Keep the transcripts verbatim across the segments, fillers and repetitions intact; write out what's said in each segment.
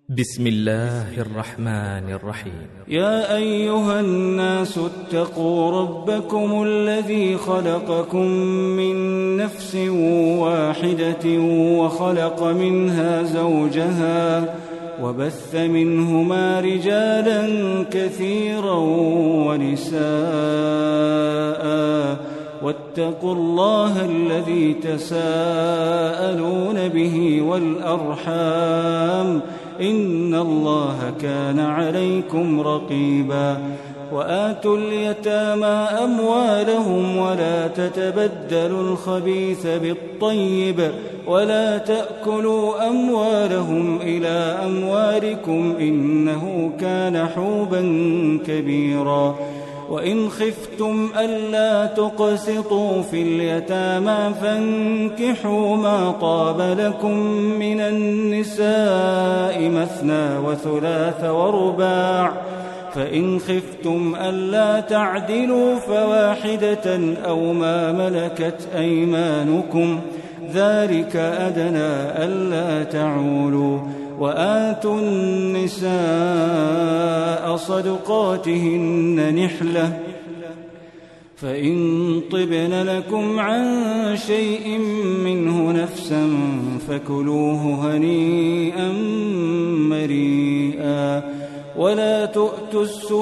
بسم الله الرحمن الرحيم. يا أيها الناس اتقوا ربكم الذي خلقكم من نفس واحدة وخلق منها زوجها وبث منهما رجالا كثيرا ونساء واتقوا الله الذي تساءلون به والأرحام إن الله كان عليكم رقيبا. وآتوا اليتامى أموالهم ولا تتبدلوا الخبيث بالطيب ولا تأكلوا أموالهم إلى أموالكم إنه كان حوبا كبيرا. وإن خفتم ألا تقسطوا في اليتامى فانكحوا ما طاب لكم من النساء مثنى وثلاث ورباع، فإن خفتم ألا تعدلوا فواحدة أو ما ملكت أيمانكم ذلك أدنى ألا تعولوا. وآتوا النساء صدقاتهن نحلة فإن طبن لكم عن شيء منه نفسا فكلوه هنيئا مريئا. ولا تؤتوا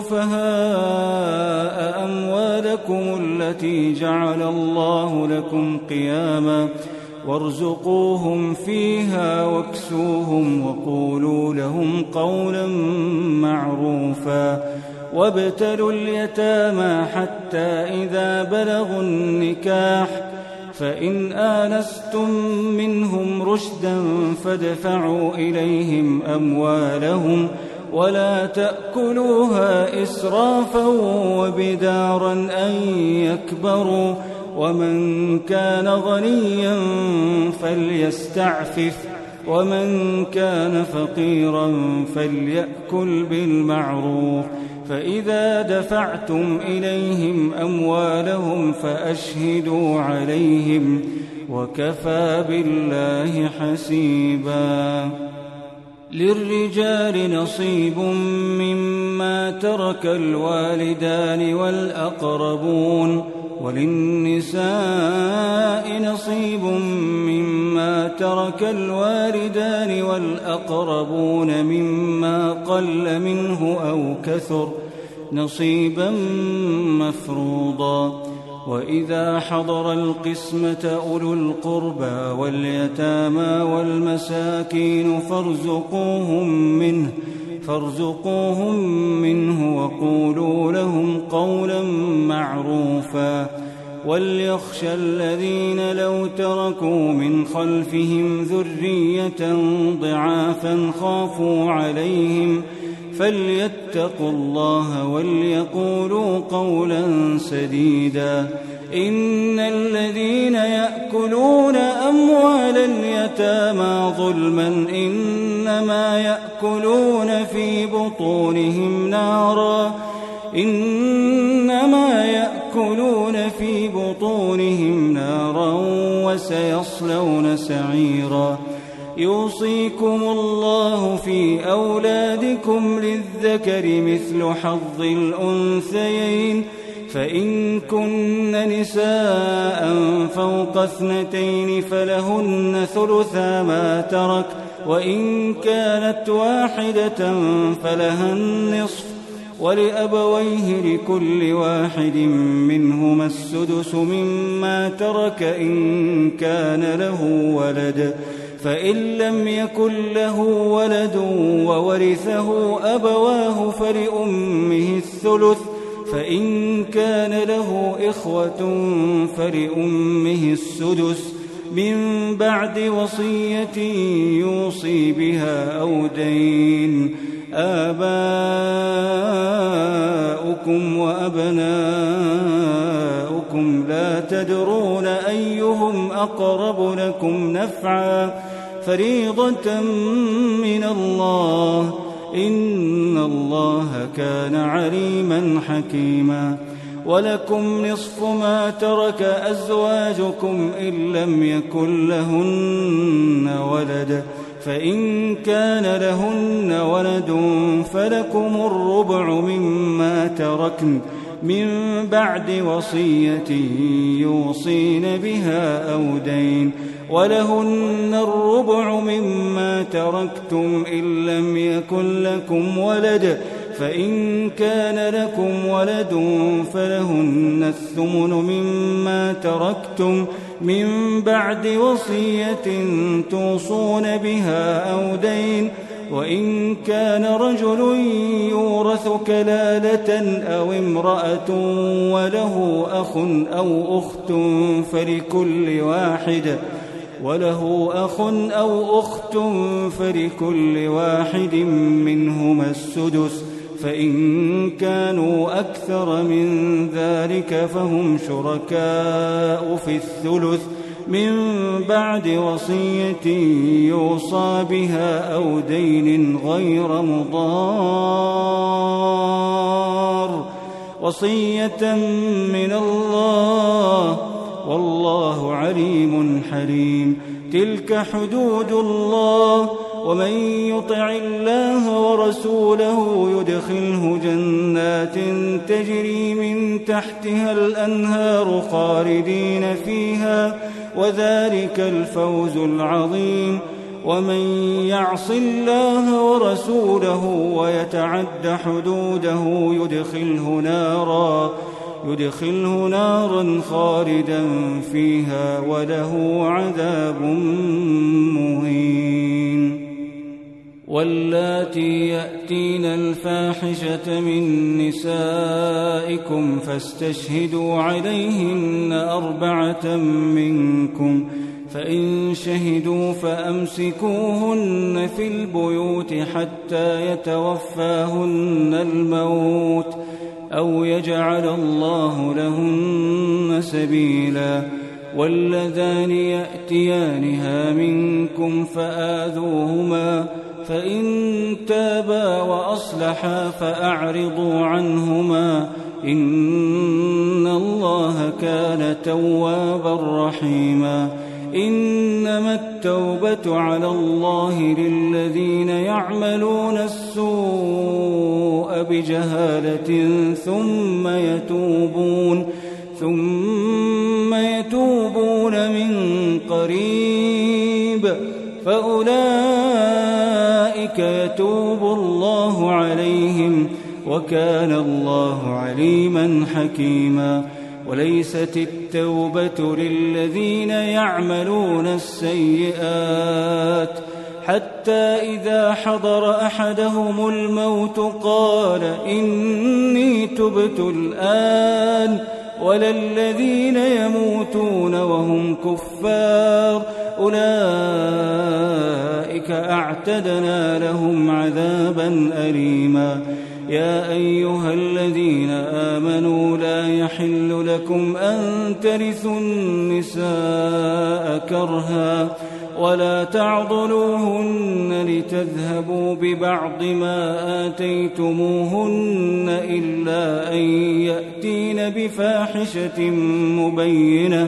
السفهاء أموالكم التي جعل الله لكم قياما وارزقوهم فيها واكسوهم وقولوا لهم قولا معروفا. وابتلوا اليتامى حتى إذا بلغوا النكاح فإن آنستم منهم رشدا فادفعوا إليهم أموالهم ولا تأكلوها إسرافا وبدارا أن يكبروا. ومن كان غنيا فليستعفف ومن كان فقيرا فليأكل بالمعروف. فإذا دفعتم إليهم أموالهم فأشهدوا عليهم وكفى بالله حسيبا. للرجال نصيب مما ترك الوالدان والأقربون وللنساء نصيب مما ترك الوالدان والأقربون مما قل منه أو كثر نصيبا مفروضا. وإذا حضر القسمة أولو القربى واليتامى والمساكين فارزقوهم منه فارزقوهم منه وقولوا لهم قولا معروفا. وليخشى الذين لو تركوا من خلفهم ذرية ضعافا خافوا عليهم فليتقوا الله وليقولوا قولا سديدا. إن الذين يأكلون أموال اليتامى ظلما إنما يأكلون في بطونهم نارا إنما يأكلون في بطونهم نارا وسيصلون سعيرا. يوصيكم الله في أولادكم للذكر مثل حظ الأنثيين فإن كن نساء فوق اثنتين فلهن ثلثا ما ترك وإن كانت واحدة فلها النصف ولأبويه لكل واحد منهما السدس مما ترك إن كان له ولد فإن لم يكن له ولد وورثه أبواه فلأمه الثلث فإن كان له إخوة فلأمه السدس من بعد وصية يوصي بها أو دين. آباؤكم وأبناؤكم لا تدرون أيهم أقرب لكم نفعا فريضة من الله إن الله كان عليما حكيما. ولكم نصف ما ترك أزواجكم إن لم يكن لهن ولد فإن كان لهن ولد فلكم الربع مما تركن من بعد وصية يوصين بها أو دين، ولهن الربع مما تركتم إن لم يكن لكم ولد، فإن كان لكم ولد فلهن الثمن مما تركتم من بعد وصية توصون بها أو دين، وإن كان رجل يورث كلالة أو امرأة وله أخ أو أخت فلكل واحد وله أخ أو أخت فلكل واحد منهما السدس، فإن كانوا أكثر من ذلك فهم شركاء في الثلث من بعد وصية يوصى بها أو دين غير مضار، وصية من الله والله عليم حليم. تلك حدود الله، ومن يطع الله ورسوله يدخله جنات تجري من تحتها الأنهار خالدين فيها، وذلك الفوز العظيم. ومن يعص الله ورسوله ويتعد حدوده يدخله نارا يدخله نارا خالدا فيها وله عذاب مهين. واللاتي يأتين الفاحشة من نسائكم فاستشهدوا عليهن أربعة منكم، فإن شهدوا فأمسكوهن في البيوت حتى يتوفاهن الموت أو يجعل الله لهن سبيلا. واللذان يأتيانها منكم فآذوهما، فإن تابا وأصلحا فأعرضوا عنهما، إن الله كان توابا رحيما. إنما التوبة على الله للذين يعملون السوء بجهالة ثم يتوبون ثم يتوبون من قريب فأولئك يتوب الله عليهم، وكان الله عليما حكيما. وليست التوبة للذين يعملون السيئات حتى إذا حضر أحدهم الموت قال إني تبت الآن، ولا الذين يموتون وهم كفار أولئك أعتدنا لهم عذابا أليما. يا أيها الذين آمنوا لا يحل لكم أن ترثوا النساء كرها ولا تعضلوهن لتذهبوا ببعض ما آتيتموهن إلا أن يأتين بفاحشة مبينة،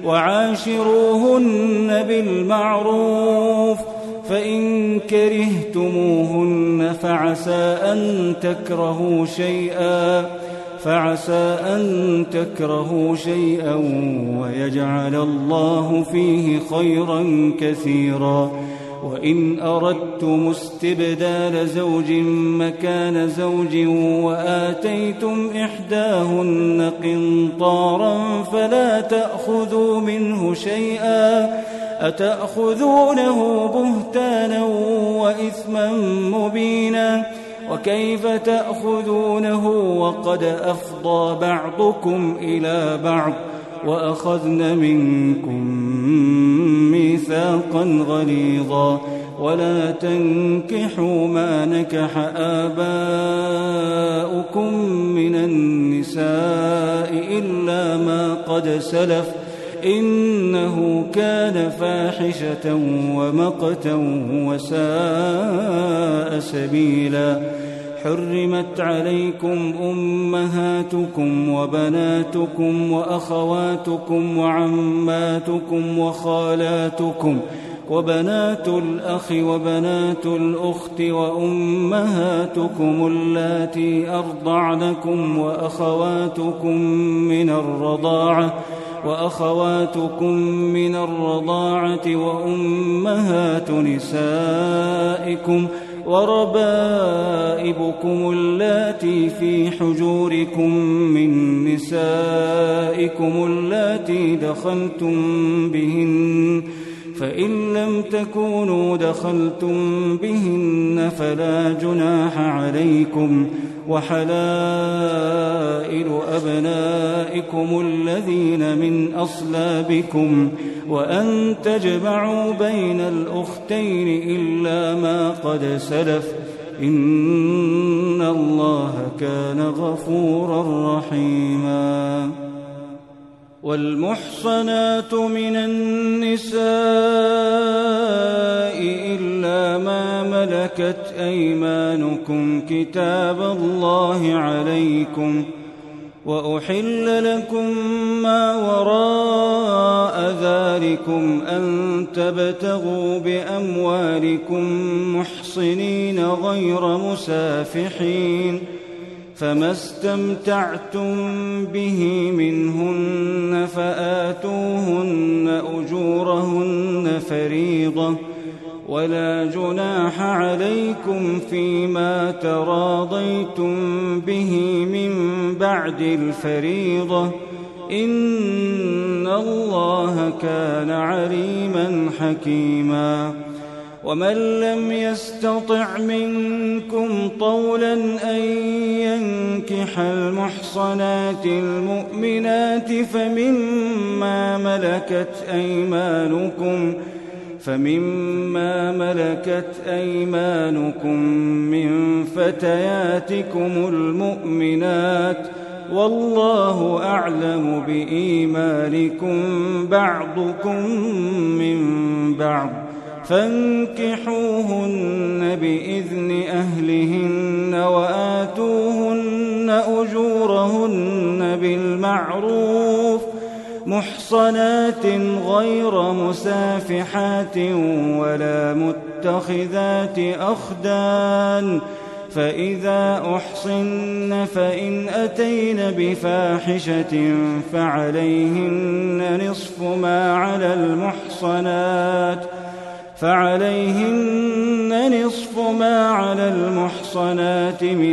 وعاشروهن بالمعروف، فإن كرهتموهن فعسى أن تكرهوا شيئا فعسى أن تكرهوا شيئا ويجعل الله فيه خيرا كثيرا. وإن أردتم استبدال زوج مكان زوج وآتيتم إحداهن قنطارا فلا تأخذوا منه شيئا، أتأخذونه بهتانا وإثما مبينا، وكيف تأخذونه وقد أفضى بعضكم إلى بعض وأخذن منكم ميثاقا غليظا. ولا تنكحوا ما نكح آباؤكم من النساء إلا ما قد سلف إنه كان فاحشة ومقتا وساء سبيلا. حرمت عليكم أمهاتكم وبناتكم وأخواتكم وعماتكم وخالاتكم وبنات الأخ وبنات الأخت وأمهاتكم اللاتي أرضعنكم وأخواتكم من الرضاعة وأخواتكم من الرضاعة وأمهات نسائكم وربائبكم اللاتي في حجوركم من نسائكم اللاتي دخلتم بهن فإن لم تكونوا دخلتم بهن فلا جناح عليكم وحلائل أبنائكم الذين من أصلابكم وأن تجمعوا بين الأختين إلا ما قد سلف إن الله كان غفورا رحيما. والمحصنات من النساء إلا ما ملكت أيمانكم كتاب الله عليكم وأحل لكم ما وراء ذلكم أن تبتغوا بأموالكم محصنين غير مسافحين فما استمتعتم به منهن فآتوهن أجورهن فريضة ولا جناح عليكم فيما تراضيتم به من بعد الفريضة إن الله كان عليما حكيما. ومن لم يستطع منكم طولا أن ينكح المحصنات المؤمنات فمما ملكت أيمانكم فمما ملكت أيمانكم من فتياتكم المؤمنات والله أعلم بإيمانكم بعضكم من بعض فانكحوهن بإذن أهلهن وآتوهن أجورهن بالمعروف محصنات غير مسافحات ولا متخذات أخدان فإذا أحصن فإن أتين بفاحشة فعليهن نصف ما على المحصنات فعليهن نصف ما على المحصنات من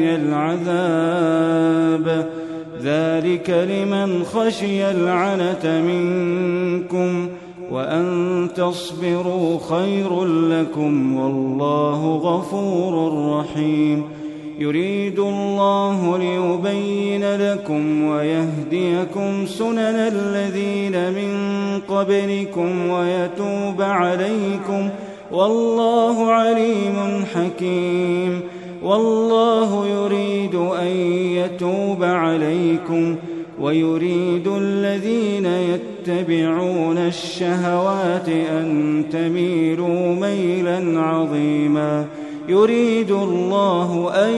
العذاب ذلك لمن خشي العنة منكم وأن تصبروا خير لكم والله غفور رحيم. يريد الله ليبين لكم ويهديكم سنن الذين من قبلكم ويتوب عليكم والله عليم حكيم. والله يريد أن يتوب عليكم ويريد الذين يتبعون الشهوات أن تميلوا ميلا عظيما. يريد الله أن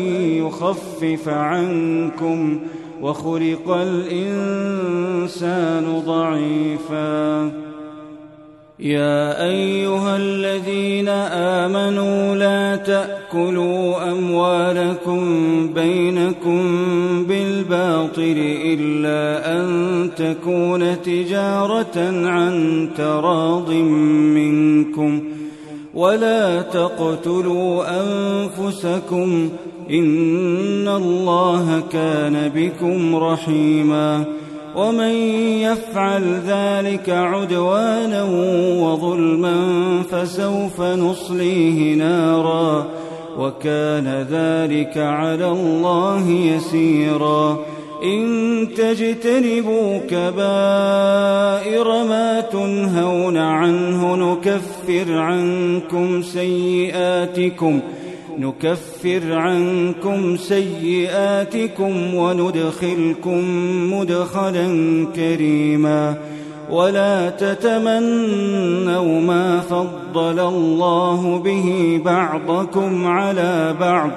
يخفف عنكم وخلق الإنسان ضعيفا. يا أيها الذين آمنوا لا تأكلوا أموالكم بينكم بالباطل إلا أن تكون تجارة عن تراض منكم ولا تقتلوا أنفسكم إن الله كان بكم رحيما. ومن يفعل ذلك عدوانا وظلما فسوف نصليه نارا وكان ذلك على الله يسيرا. إن تجتنبوا كبائر ما تنهون عنه نكفر عنكم سيئاتكم نكفر عنكم سيئاتكم وندخلكم مدخلا كريما. ولا تتمنوا ما فضل الله به بعضكم على بعض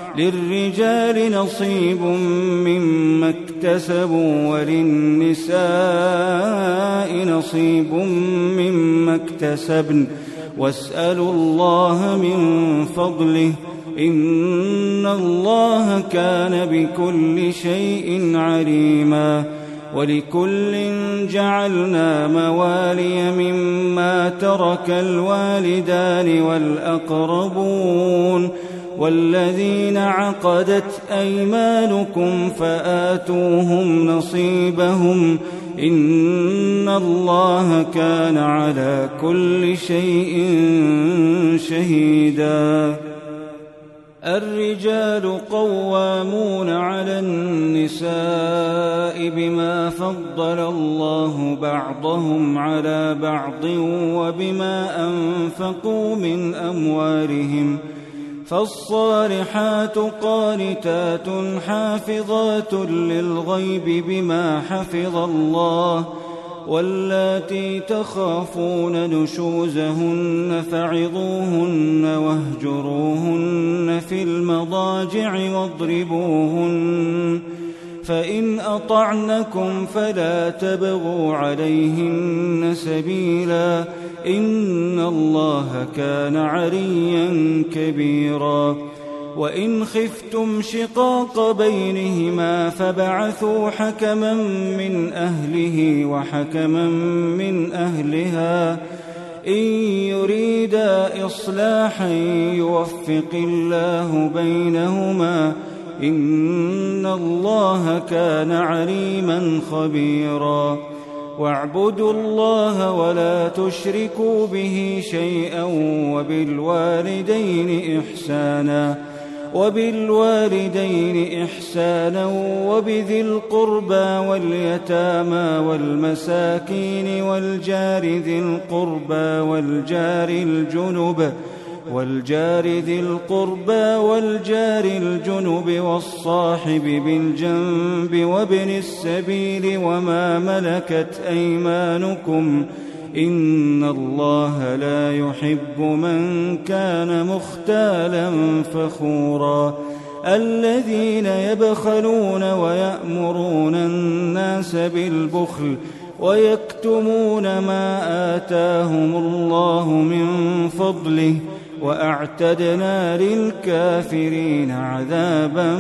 للرجال نصيب مما اكتسبوا وللنساء نصيب مما اكتسبن واسألوا الله من فضله إن الله كان بكل شيء عليما ولكل جعلنا موالي مما ترك الوالدان والأقربون والذين عقدت أيمانكم فآتوهم نصيبهم إن الله كان على كل شيء شهيدا. الرجال قوامون على النساء بما فضل الله بعضهم على بعض وبما أنفقوا من أموالهم فالصالحات قانتات حافظات للغيب بما حفظ الله واللاتي تخافون نشوزهن فعظوهن واهجروهن في المضاجع واضربوهن فإن أطعنكم فلا تبغوا عليهن سبيلا إن الله كان عليا كبيرا. وإن خفتم شقاق بينهما فبعثوا حكما من أهله وحكما من أهلها إن يريدا إصلاحا يوفق الله بينهما إن الله كان عليما خبيرا. واعبدوا الله ولا تشركوا به شيئا وبالوالدين إحسانا وبالوالدين إحسانا وبذي القربى واليتامى والمساكين والجار ذي القربى والجار الجنب والجار ذي القربى والجار الجنب والصاحب بالجنب وابن السبيل وما ملكت أيمانكم إن الله لا يحب من كان مختالا فخورا. الذين يبخلون ويأمرون الناس بالبخل ويكتمون ما آتاهم الله من فضله وأعتدنا للكافرين عذابا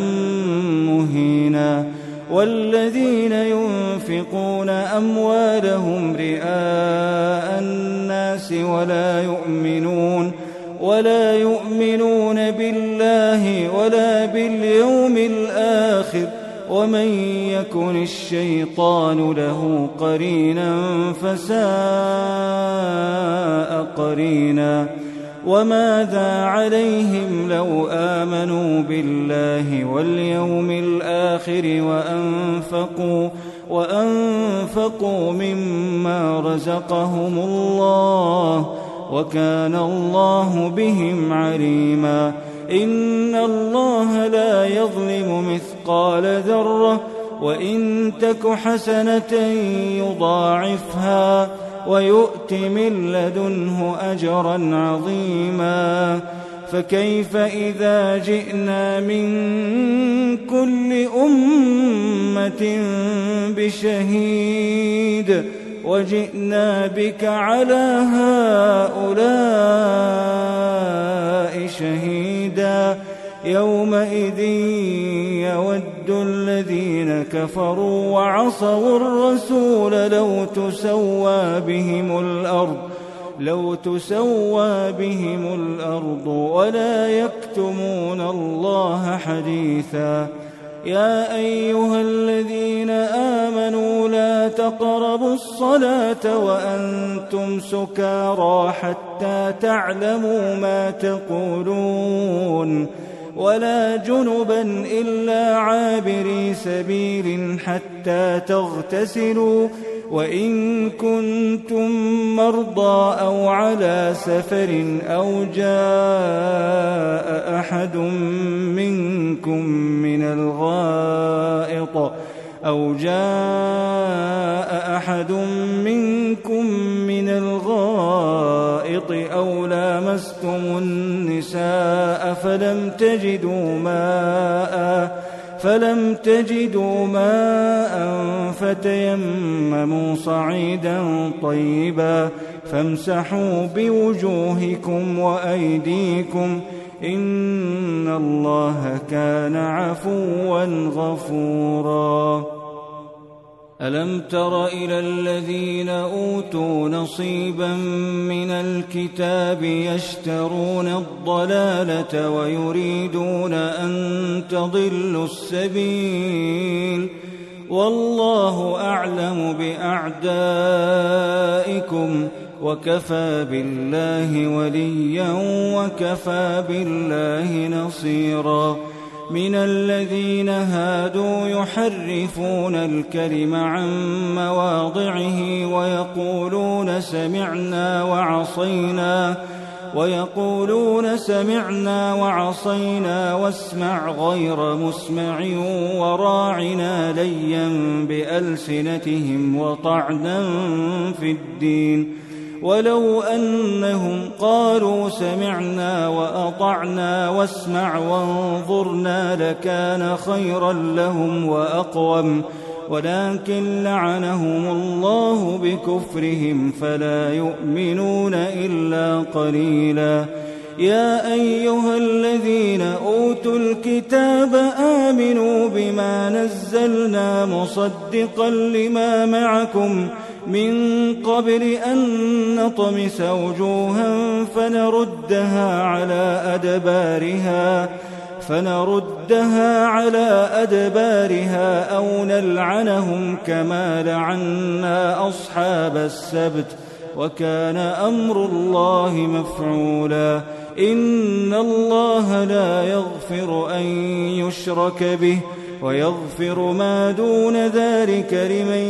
مهينا. والذين ينفقون أموالهم رئاء الناس ولا يؤمنون ولا يؤمنون بالله ولا باليوم الآخر ومن يكن الشيطان له قرينا فساء قرينا. وماذا عليهم لو آمنوا بالله واليوم الآخر وأنفقوا, وأنفقوا مما رزقهم الله وكان الله بهم عليما. إن الله لا يظلم مثقال ذرة وإن تك حسنة يضاعفها ويؤت من لدنه أجرا عظيما. فكيف إذا جئنا من كل أمة بشهيد وجئنا بك على هؤلاء شهيدا يومئذ يود الذين كفروا وعصوا الرسول لو تسوى بهم الأرض لو تسوى بهم الأرض ولا يكتمون الله حديثا. يا أيها الذين آمنوا لا تقربوا الصلاة وأنتم سكارى حتى تعلموا ما تقولون ولا جنبا إلا عابري سبيل حتى تغتسلوا وإن كنتم مرضى أو على سفر أو جاء أحد منكم من الغائط أو جاء أحد منكم من الغائط أو لامستم النساء فلم تجدوا ماء فلم تجدوا ماء فتيمموا صعيدا طيبا فامسحوا بوجوهكم وأيديكم إن الله كان عفوا غفورا. ألم تر إلى الذين أوتوا نصيبا من الكتاب يشترون الضلالة ويريدون أن تضلوا السبيل والله أعلم بأعدائكم وكفى بالله وليا وكفى بالله نصيرا. من الذين هادوا يحرفون الكلم عن مواضعه ويقولون سمعنا وعصينا ويقولون سمعنا وعصينا واسمع غير مسمع وراعنا ليا بألسنتهم وطعنا في الدين ولو أنهم قالوا سمعنا وأطعنا واسمع وانظرنا لكان خيرا لهم وأقوم ولكن لعنهم الله بكفرهم فلا يؤمنون إلا قليلا. يا أيها الذين أوتوا الكتاب آمنوا بما نزلنا مصدقا لما معكم من قبل أن نطمس وجوها فنردها على أدبارها فنردها على أدبارها أو نلعنهم كما لعنا أصحاب السبت وكان أمر الله مفعولا. إن الله لا يغفر أن يشرك به ويغفر ما دون ذلك لمن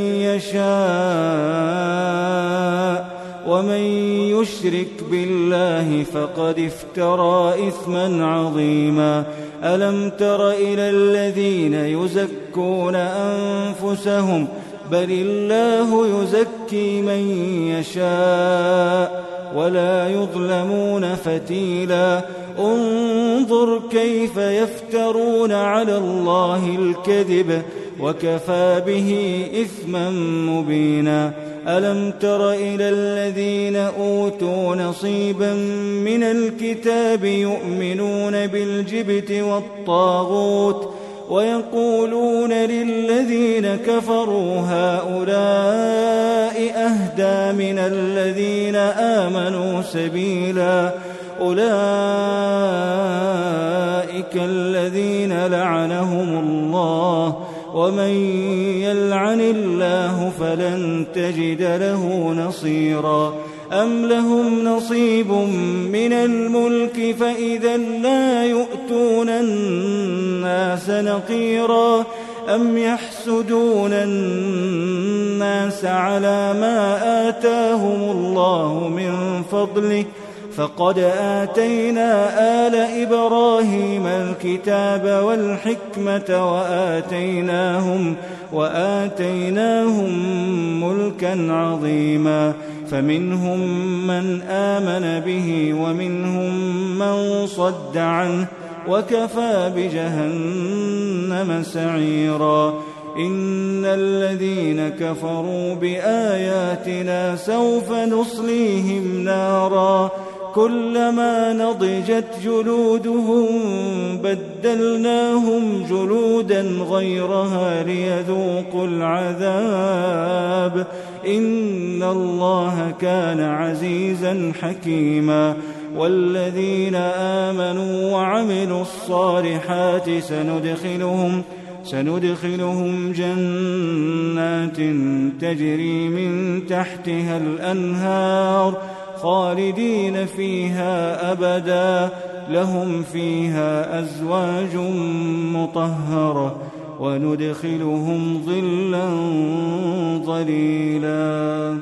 يشاء ومن يشرك بالله فقد افترى إثما عظيما. ألم تر إلى الذين يزكون أنفسهم بل الله يزكي من يشاء ولا يظلمون فتيلا. انظر كيف يفترون على الله الكذب وكفى به إثما مبينا. ألم تر إلى الذين أوتوا نصيبا من الكتاب يؤمنون بالجبت والطاغوت ويقولون للذين كفروا هؤلاء أهدى من الذين آمنوا سبيلا. أولئك الذين لعنهم الله ومن يلعن الله فلن تجد له نصيرا. أم لهم نصيب من الملك فإذا لا يؤتون الناس نقيرا. أم يحسدون الناس على ما آتاهم الله من فضله فقد آتينا آل إبراهيم الكتاب والحكمة وآتيناهم, وآتيناهم ملكا عظيما. فمنهم من آمن به ومنهم من صد عنه وكفى بجهنم سعيرا. إن الذين كفروا بآياتنا سوف نصليهم نارا كلما نضجت جلودهم بدلناهم جلودا غيرها ليذوقوا العذاب إن الله كان عزيزا حكيما. والذين آمنوا وعملوا الصالحات سندخلهم سندخلهم جنات تجري من تحتها الأنهار خالدين فيها أبدا لهم فيها أزواج مطهرة وندخلهم ظلا ظليلا.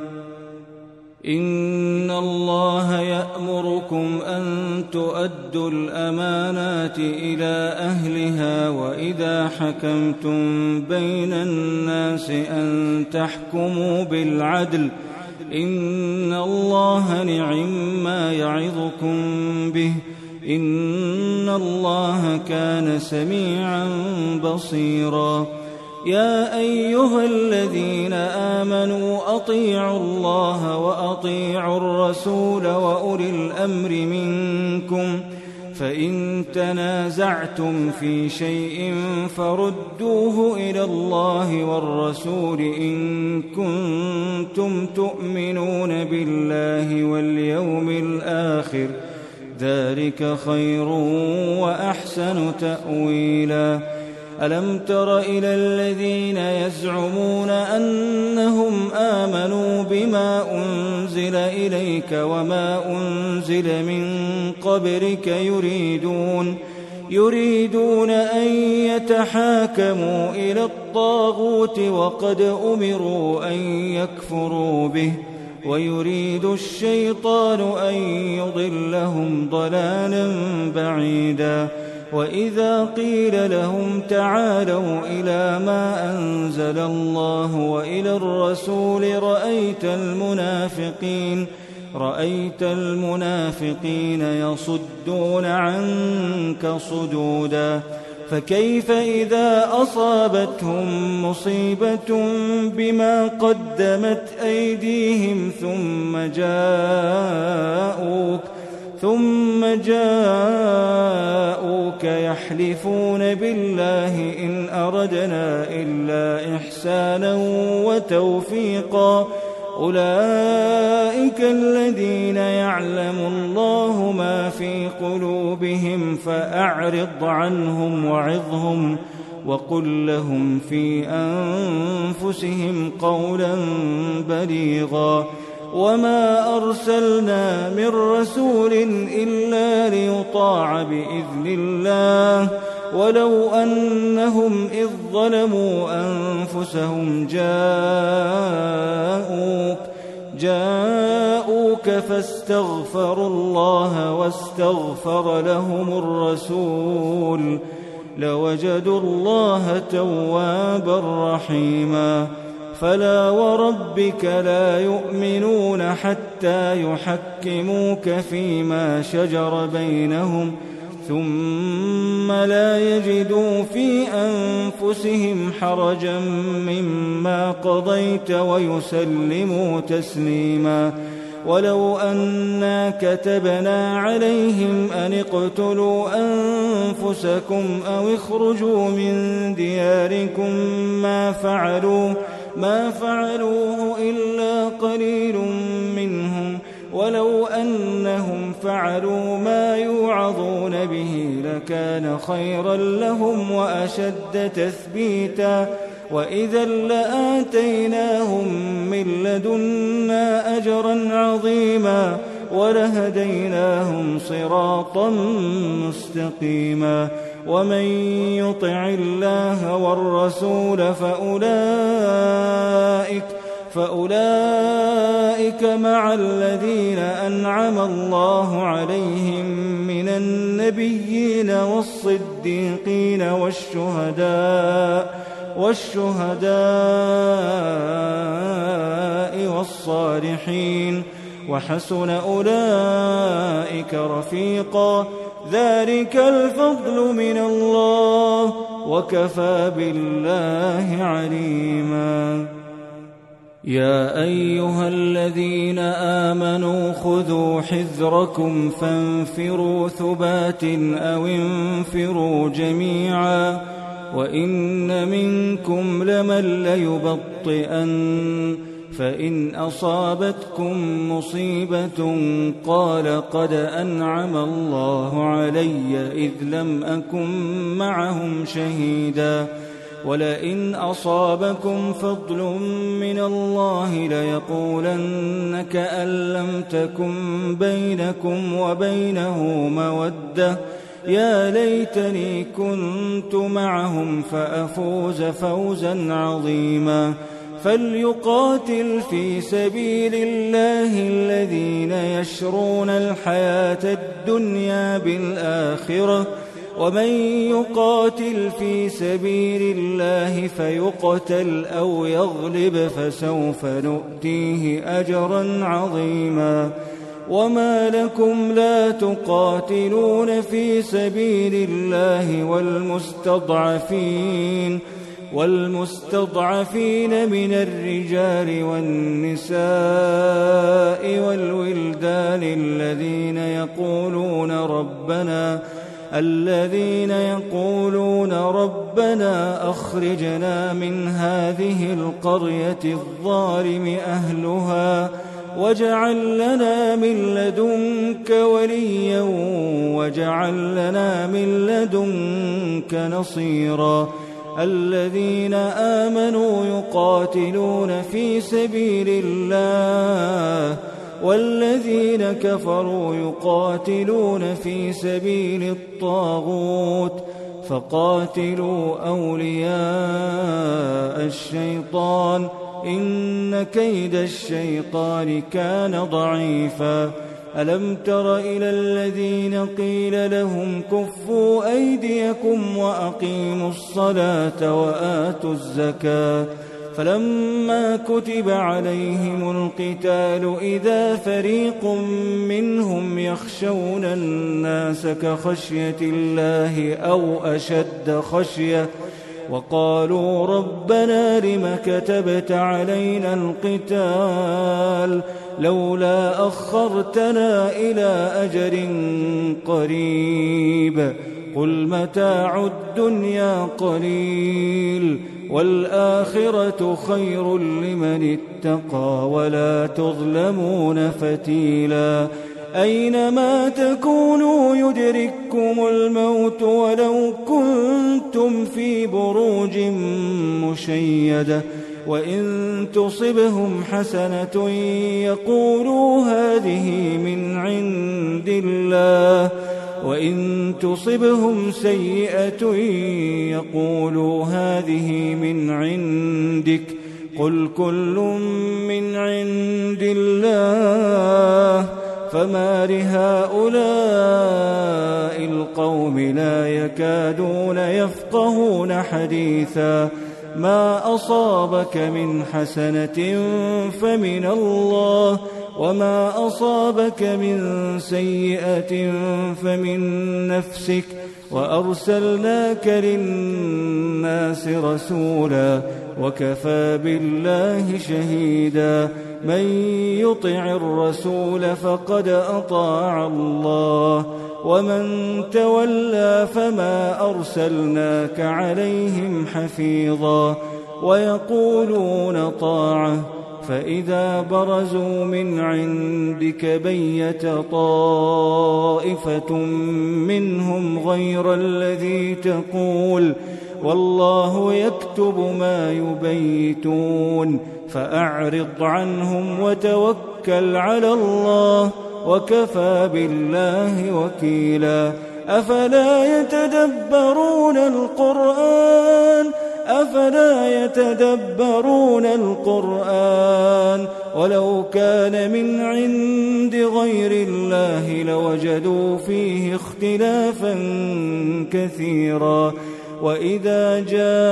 إن الله يأمركم أن تؤدوا الأمانات إلى أهلها وإذا حكمتم بين الناس أن تحكموا بالعدل إن الله نعم ما يعظكم به إن الله كان سميعا بصيرا. يا أيها الذين آمنوا أطيعوا الله وأطيعوا الرسول وأولي الأمر منكم فإن تنازعتم في شيء فردوه إلى الله والرسول إن كنتم تؤمنون بالله واليوم الآخر ذلك خير وأحسن تأويلا. ألم تر إلى الذين يزعمون أنهم آمنوا بما أنزل إليك وما أنزل من قبلك يريدون يريدون أن يتحاكموا إلى الطاغوت وقد أمروا أن يكفروا به ويريد الشيطان أن يضلهم ضلالا بعيدا. وإذا قيل لهم تعالوا إلى ما أنزل الله وإلى الرسول رأيت المنافقين رأيت المنافقين يصدون عنك صدودا. فكيف إذا أصابتهم مصيبة بما قدمت أيديهم ثم جاءوك ثم جاءوك يحلفون بالله إن أردنا إلا إحسانا وتوفيقا أولئك الذين يعلم الله ما في قلوبهم فأعرض عنهم وعظهم وقل لهم في أنفسهم قولا بليغا. وما أرسلنا من رسول إلا ليطاع بإذن الله ولو أنهم إذ ظلموا أنفسهم جاءوك جاءوك فاستغفروا الله واستغفر لهم الرسول لوجدوا الله توابا رحيما. فلا وربك لا يؤمنون حتى يحكموك فيما شجر بينهم ثم لا يجدوا في أنفسهم حرجا مما قضيت ويسلموا تسليما. ولو أنا كتبنا عليهم أن اقتلوا أنفسكم أو اخرجوا من دياركم ما فعلوا ما فعلوه إلا قليل منهم ولو أنهم فعلوا ما يوعظون به لكان خيرا لهم وأشد تثبيتا. وإذا لآتيناهم من لدنا أجرا عظيما ولهديناهم صراطا مستقيما. ومن يطع الله والرسول فأولئك فأولئك مع الذين أنعم الله عليهم من النبيين والصديقين والشهداء والشهداء والصالحين وحسن أولئك رفيقا. ذلك الفضل من الله وكفى بالله عليما. يا أيها الذين آمنوا خذوا حذركم فانفروا ثبات أو انفروا جميعا وإن منكم لمن ليبطئن فإن أصابتكم مصيبة قال قد أنعم الله علي إذ لم أكن معهم شهيدا ولئن أصابكم فضل من الله ليقولن كأن لم تكن بينكم وبينه مودة يا ليتني كنت معهم فأفوز فوزا عظيما. فليقاتل في سبيل الله الذين يشرون الحياة الدنيا بالآخرة ومن يقاتل في سبيل الله فيقتل أو يغلب فسوف نؤتيه أجرا عظيما. وما لكم لا تقاتلون في سبيل الله والمستضعفين والمستضعفين من الرجال والنساء والولدان الذين يقولون ربنا الذين يقولون ربنا أخرجنا من هذه القرية الظالم أهلها واجعل لنا من لدنك وليا واجعل لنا من لدنك نصيرا الذين آمنوا يقاتلون في سبيل الله والذين كفروا يقاتلون في سبيل الطاغوت فقاتلوا أولياء الشيطان إن كيد الشيطان كان ضعيفا ألم تر إلى الذين قيل لهم كفوا أيديكم وأقيموا الصلاة وآتوا الزكاة فلما كتب عليهم القتال إذا فريق منهم يخشون الناس كخشية الله أو أشد خشية وقالوا ربنا لم كتبت علينا القتال لولا أخرتنا إلى أجل قريب قل متاع الدنيا قليل والآخرة خير لمن اتقى ولا تظلمون فتيلا أينما تكونوا يدرككم الموت ولو كنتم في بروج مشيدة وإن تصبهم حسنة يقولوا هذه من عند الله وإن تصبهم سيئة يقولوا هذه من عندك قل كل من عند الله فما لهؤلاء القوم لا يكادون يفقهون حديثا ما أصابك من حسنة فمن الله وما أصابك من سيئة فمن نفسك وأرسلناك للناس رسولا وكفى بالله شهيدا من يطع الرسول فقد أطاع الله ومن تولى فما أرسلناك عليهم حفيظا ويقولون طاعة فإذا برزوا من عندك بيت طائفة منهم غير الذي تقول والله يكتب ما يبيتون فأعرض عنهم وتوكل على الله وكفى بالله وكيلا أفلا يتدبرون القرآن أفلا يتدبرون القرآن ولو كان من عند غير الله لوجدوا فيه اختلافا كثيرا وإذا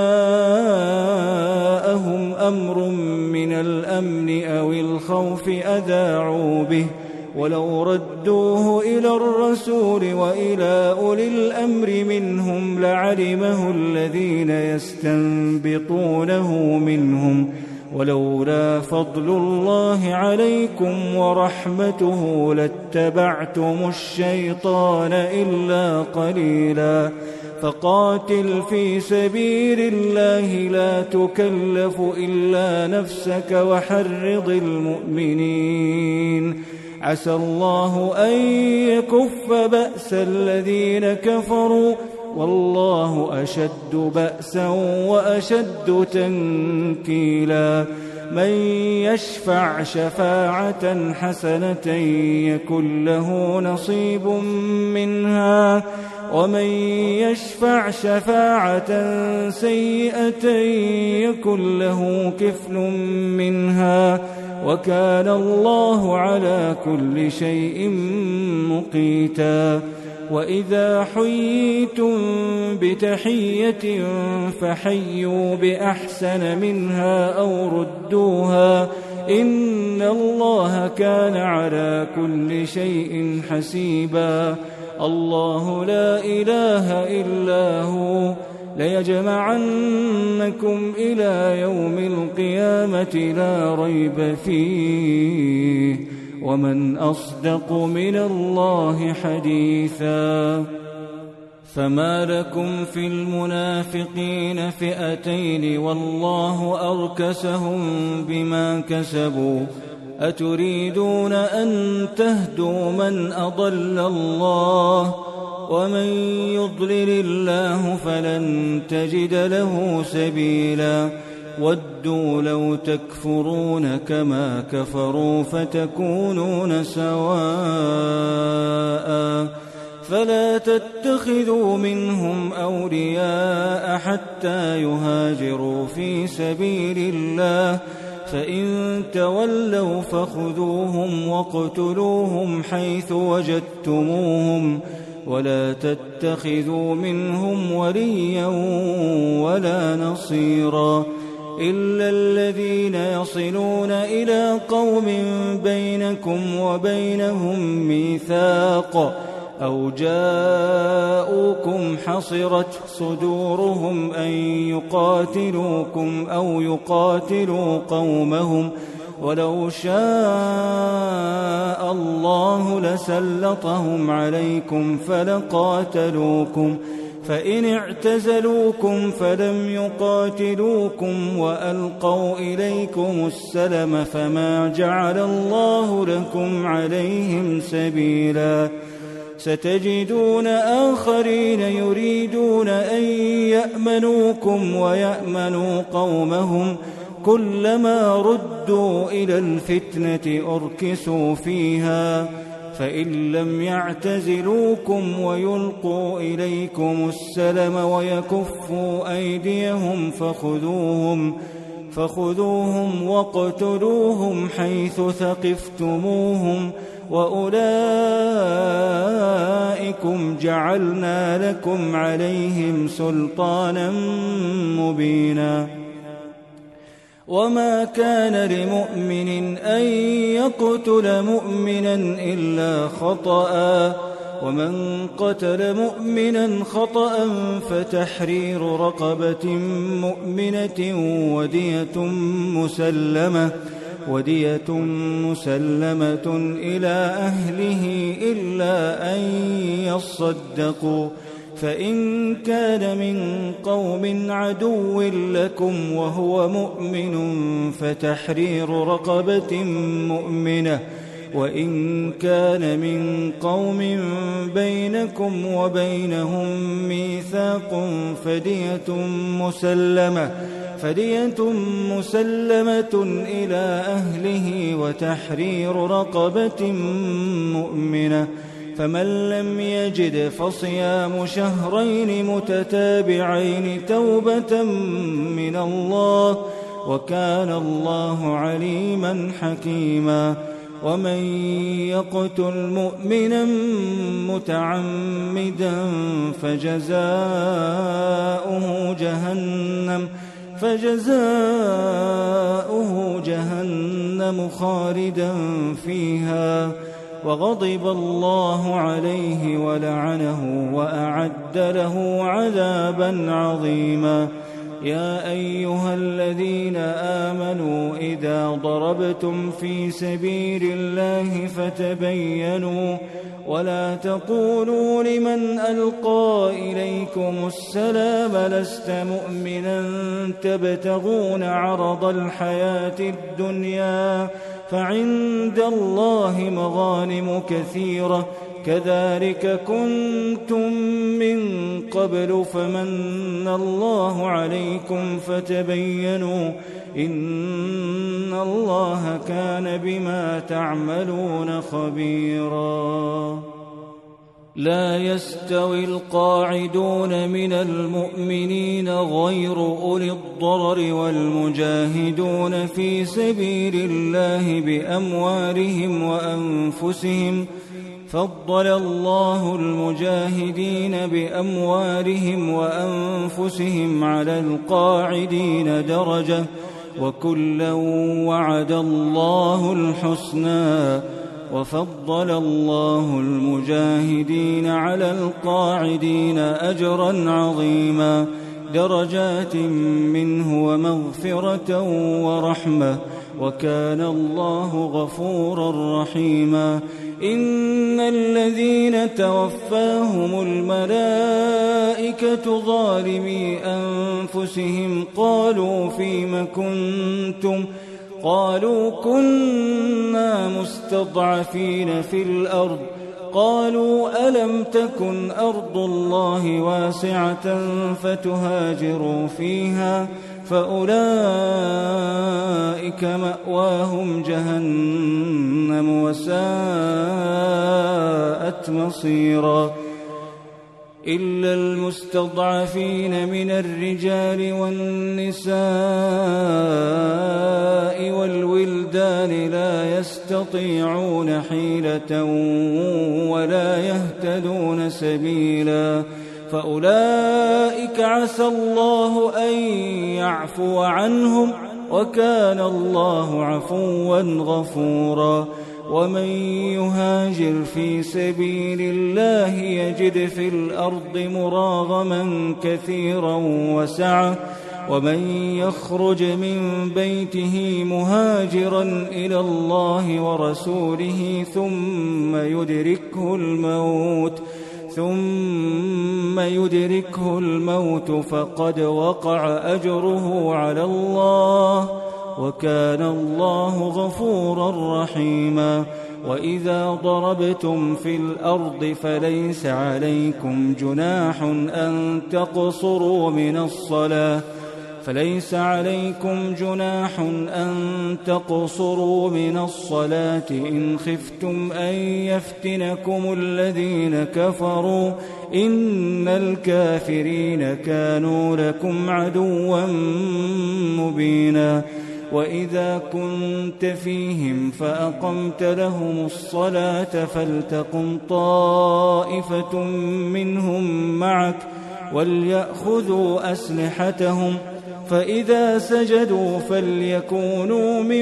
جاءهم أمر من الأمن أو الخوف أذاعوا به ولو ردوه إلى الرسول وإلى أولي الأمر منهم لعلمه الذين يستنبطونه منهم ولولا فضل الله عليكم ورحمته لاتبعتم الشيطان إلا قليلا فقاتل في سبيل الله لا تكلف إلا نفسك وحرض المؤمنين عسى الله أن يكف بأس الذين كفروا والله أشد بأسا وأشد تنكيلا من يشفع شفاعة حسنة يكن له نصيب منها ومن يشفع شفاعة سيئة يكن له كفل منها وكان الله على كل شيء مقيتا وإذا حييتم بتحية فحيوا بأحسن منها أو ردوها إن الله كان على كل شيء حسيبا الله لا إله إلا هو ليجمعنكم إلى يوم القيامة لا ريب فيه ومن أصدق من الله حديثا. فما لكم في المنافقين فئتين والله أركسهم بما كسبوا أتريدون أن تهدوا من أضل الله ومن يضلل الله فلن تجد له سبيلا ودوا لو تكفرون كما كفروا فتكونون سواء فلا تتخذوا منهم أولياء حتى يهاجروا في سبيل الله فإن تولوا فخذوهم واقتلوهم حيث وجدتموهم ولا تتخذوا منهم وليا ولا نصيرا إلا الذين يصلون إلى قوم بينكم وبينهم ميثاق أو جاءوكم حصرت صدورهم أن يقاتلوكم أو يقاتلوا قومهم ولو شاء الله لسلطهم عليكم فلقاتلوكم فإن اعتزلوكم فلم يقاتلوكم وألقوا إليكم السلم فما جعل الله لكم عليهم سبيلا ستجدون آخرين يريدون أن يأمنوكم ويأمنوا قومهم كلما ردوا إلى الفتنة أركسوا فيها فإن لم يعتزلوكم ويلقوا إليكم السلم ويكفوا أيديهم فخذوهم فخذوهم واقتلوهم حيث ثقفتموهم وأولئكم جعلنا لكم عليهم سلطانا مبينا وما كان لمؤمن أن يقتل مؤمنا إلا خطأ ومن قتل مؤمنا خطأ فتحرير رقبة مؤمنة ودية مسلمة ودية مسلمة إلى أهله إلا أن يصدقوا فإن كان من قوم عدو لكم وهو مؤمن فتحرير رقبة مؤمنة وإن كان من قوم بينكم وبينهم ميثاق فدية مسلمة فدية مسلمة إلى أهله وتحرير رقبة مؤمنة فمن لم يجد فصيام شهرين متتابعين توبة من الله وكان الله عليما حكيما ومن يقتل مؤمنا متعمدا فجزاؤه جهنم فجزاؤه جهنم خالدا فيها وغضب الله عليه ولعنه وأعد له عذابا عظيما يا أيها الذين آمنوا إذا ضربتم في سبيل الله فتبينوا ولا تقولوا لمن ألقى إليكم السلام لست مؤمنا تبتغون عرض الحياة الدنيا فعند الله مغانم كثيرة كذلك كنتم من قبل فمن الله عليكم فتبينوا إن الله كان بما تعملون خبيرا لا يستوي القاعدون من المؤمنين غير أولي الضرر والمجاهدون في سبيل الله بأموالهم وأنفسهم فضل الله المجاهدين بأموالهم وأنفسهم على القاعدين درجة وكلا وعد الله الحسنى وفضل الله المجاهدين على القاعدين أجرا عظيما درجات منه ومغفرة ورحمة وكان الله غفورا رحيما. إن الذين توفاهم الملائكة ظالمي أنفسهم قالوا فيم كنتم قالوا كنا مستضعفين في الأرض قالوا ألم تكن أرض الله واسعة فتهاجروا فيها فأولئك مأواهم جهنم وساءت مصيرا. إلا المستضعفين من الرجال والنساء والولدان لا يستطيعون حيلة ولا يهتدون سبيلا فأولئك عسى الله أن يعفو عنهم وكان الله عفوا غفورا. ومن يهاجر في سبيل الله يجد في الأرض مراغما كثيرا وسعة ومن يخرج من بيته مهاجرا إلى الله ورسوله ثم يدركه الموت ثم يدركه الموت فقد وقع أجره على الله وكان الله غفورا رحيما. وإذا ضربتم في الأرض فليس عليكم جناح أن تقصروا من الصلاة فليس عليكم جناح أن تقصروا من الصلاة إن خفتم أن يفتنكم الذين كفروا إن الكافرين كانوا لكم عدوا مبينا. وإذا كنت فيهم فأقمت لهم الصلاة فلتقم طائفة منهم معك وليأخذوا أسلحتهم فإذا سجدوا فليكونوا من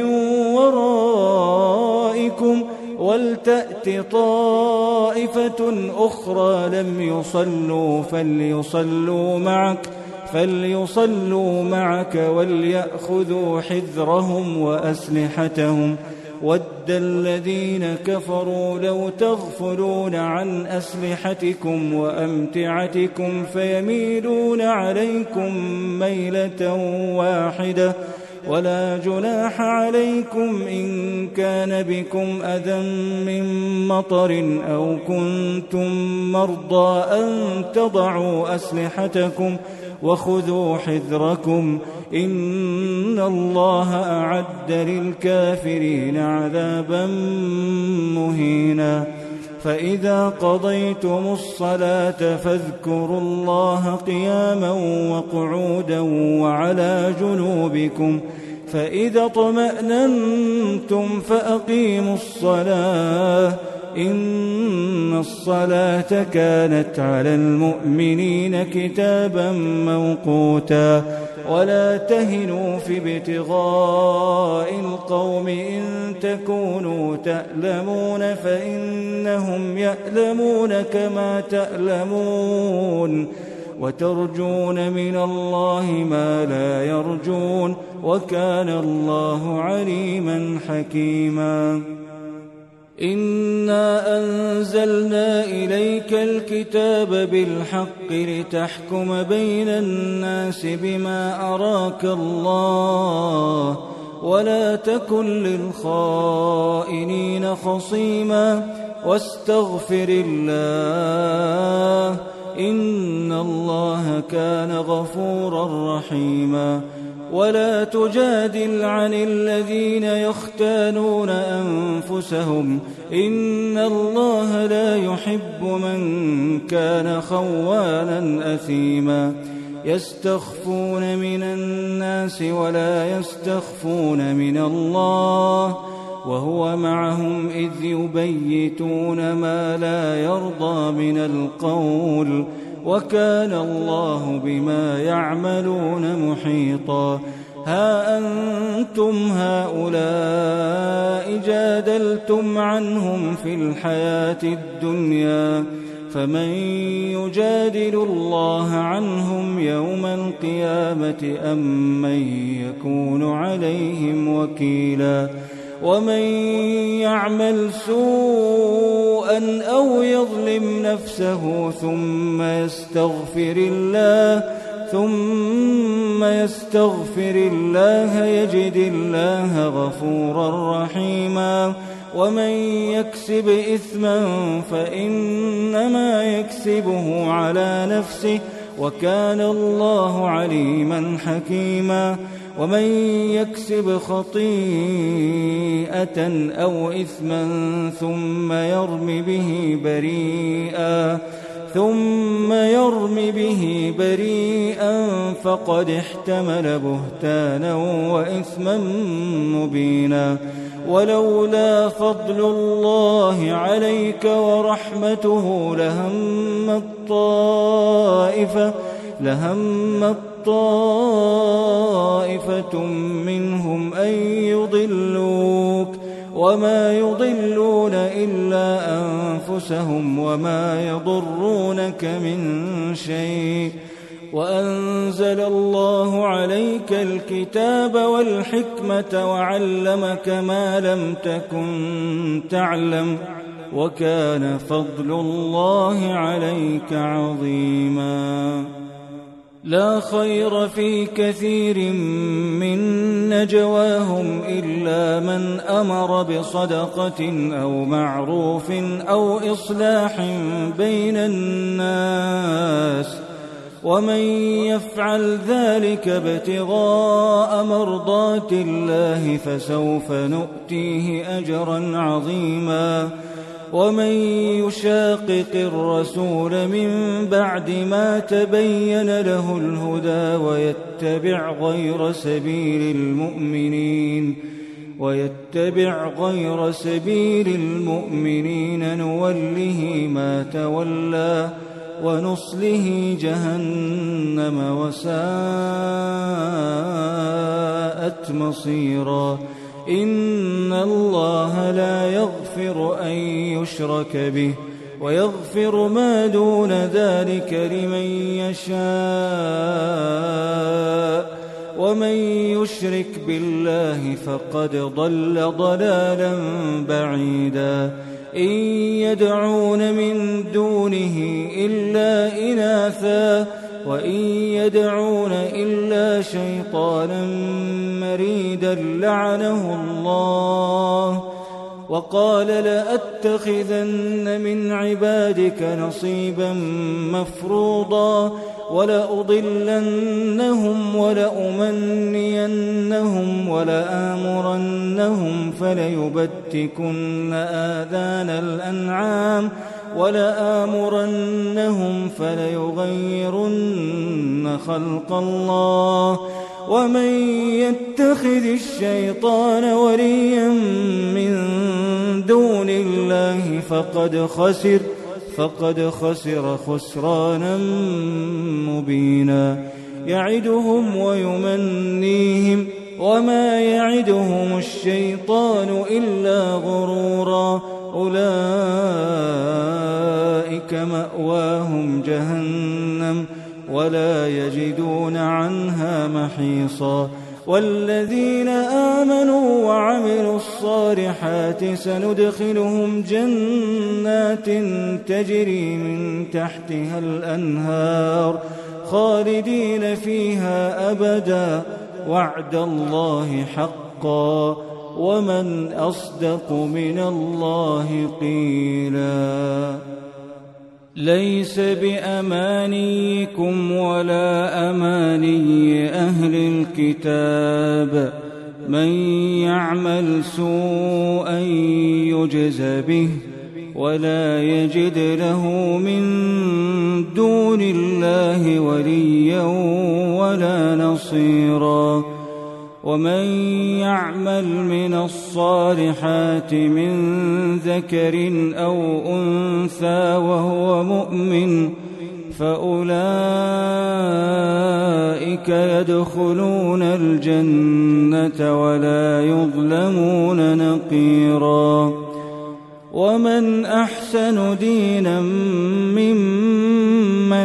ورائكم ولتأت طائفة أخرى لم يصلوا فليصلوا معك فليصلوا معك وليأخذوا حذرهم وأسلحتهم ود الذين كفروا لو تغفلون عن أسلحتكم وأمتعتكم فيميلون عليكم ميلة واحدة ولا جناح عليكم إن كان بكم أذى من مطر أو كنتم مرضى أن تضعوا أسلحتكم وخذوا حذركم إن الله أعد للكافرين عذابا مهينا. فإذا قضيتم الصلاة فاذكروا الله قياما وقعودا وعلى جنوبكم فإذا اطمأننتم فأقيموا الصلاة إن الصلاة كانت على المؤمنين كتابا موقوتا. ولا تهنوا في ابتغاء القوم إن تكونوا تألمون فإنهم يألمون كما تألمون وترجون من الله ما لا يرجون وكان الله عليما حكيما. إنا أنزلنا إليك الكتاب بالحق لتحكم بين الناس بما أراك الله ولا تكن للخائنين خصيما واستغفر الله إن الله كان غفورا رحيما. ولا تجادل عن الذين يختانون أنفسهم إن الله لا يحب من كان خوانا أثيما. يستخفون من الناس ولا يستخفون من الله وهو معهم إذ يبيتون ما لا يرضى من القول وكان الله بما يعملون محيطا. ها أنتم هؤلاء جادلتم عنهم في الحياة الدنيا فمن يجادل الله عنهم يوم القيامة أم من يكون عليهم وكيلا ومن يعمل سوءا أو يظلم نفسه ثم يستغفر الله ثم يستغفر الله يجد الله غفورا رحيما ومن يكسب إثما فإنما يكسبه على نفسه وكان الله عليما حكيما ومن يكسب خطيئة أو إثما ثم يرم به بريئا ثم يرم به بريئا فقد احتمل بهتانا وإثما مبينا ولولا فضل الله عليك ورحمته لهم الطائفة لهم الطائفة منهم أن يضلوك وما يضلون إلا أنفسهم وما يضرونك من شيء وأنزل الله عليك الكتاب والحكمة وعلمك ما لم تكن تعلم وكان فضل الله عليك عظيما لا خير في كثير من نجواهم إلا من أمر بصدقة أو معروف أو إصلاح بين الناس ومن يفعل ذلك ابتغاء مرضات الله فسوف نؤتيه أجرا عظيما ومن يشاقق الرسول من بعد ما تبين له الهدى ويتبع غير سبيل المؤمنين ويتبع غير سبيل المؤمنين نوله ما تولى ونصله جهنم وساءت مصيرا إن الله لا يغفر أن يشرك به ويغفر ما دون ذلك لمن يشاء ومن يشرك بالله فقد ضل ضلالا بعيدا إن يدعون من دونه إلا إناثا وإن يدعون إلا شيطانا مريدا لعنه الله وقال لأتخذن من عبادك نصيبا مفروضا ولأضلنهم ولأمنينهم ولآمرنهم فليبتكن آذان الأنعام ولآمرنهم فليغيرن خلق الله ومن يتخذ الشيطان وليا من دون الله فقد خسر فقد خسر خسرانا مبينا يعدهم ويمنيهم وما يعدهم الشيطان إلا غرورا أولئك مأواهم جهنم ولا يجدون عنها محيصا والذين آمنوا وعملوا الصالحات سندخلهم جنات تجري من تحتها الأنهار خالدين فيها أبدا وعد الله حقا ومن أصدق من الله قيلا ليس بأمانيكم ولا أماني أهل الكتاب من يعمل سوءا يجز به ولا يجد له من دون الله وليا ولا نصيرا ومن يعمل من الصالحات من ذكر أو أنثى وهو مؤمن فأولئك يدخلون الجنة ولا يظلمون نقيرا ومن أحسن دينا ممن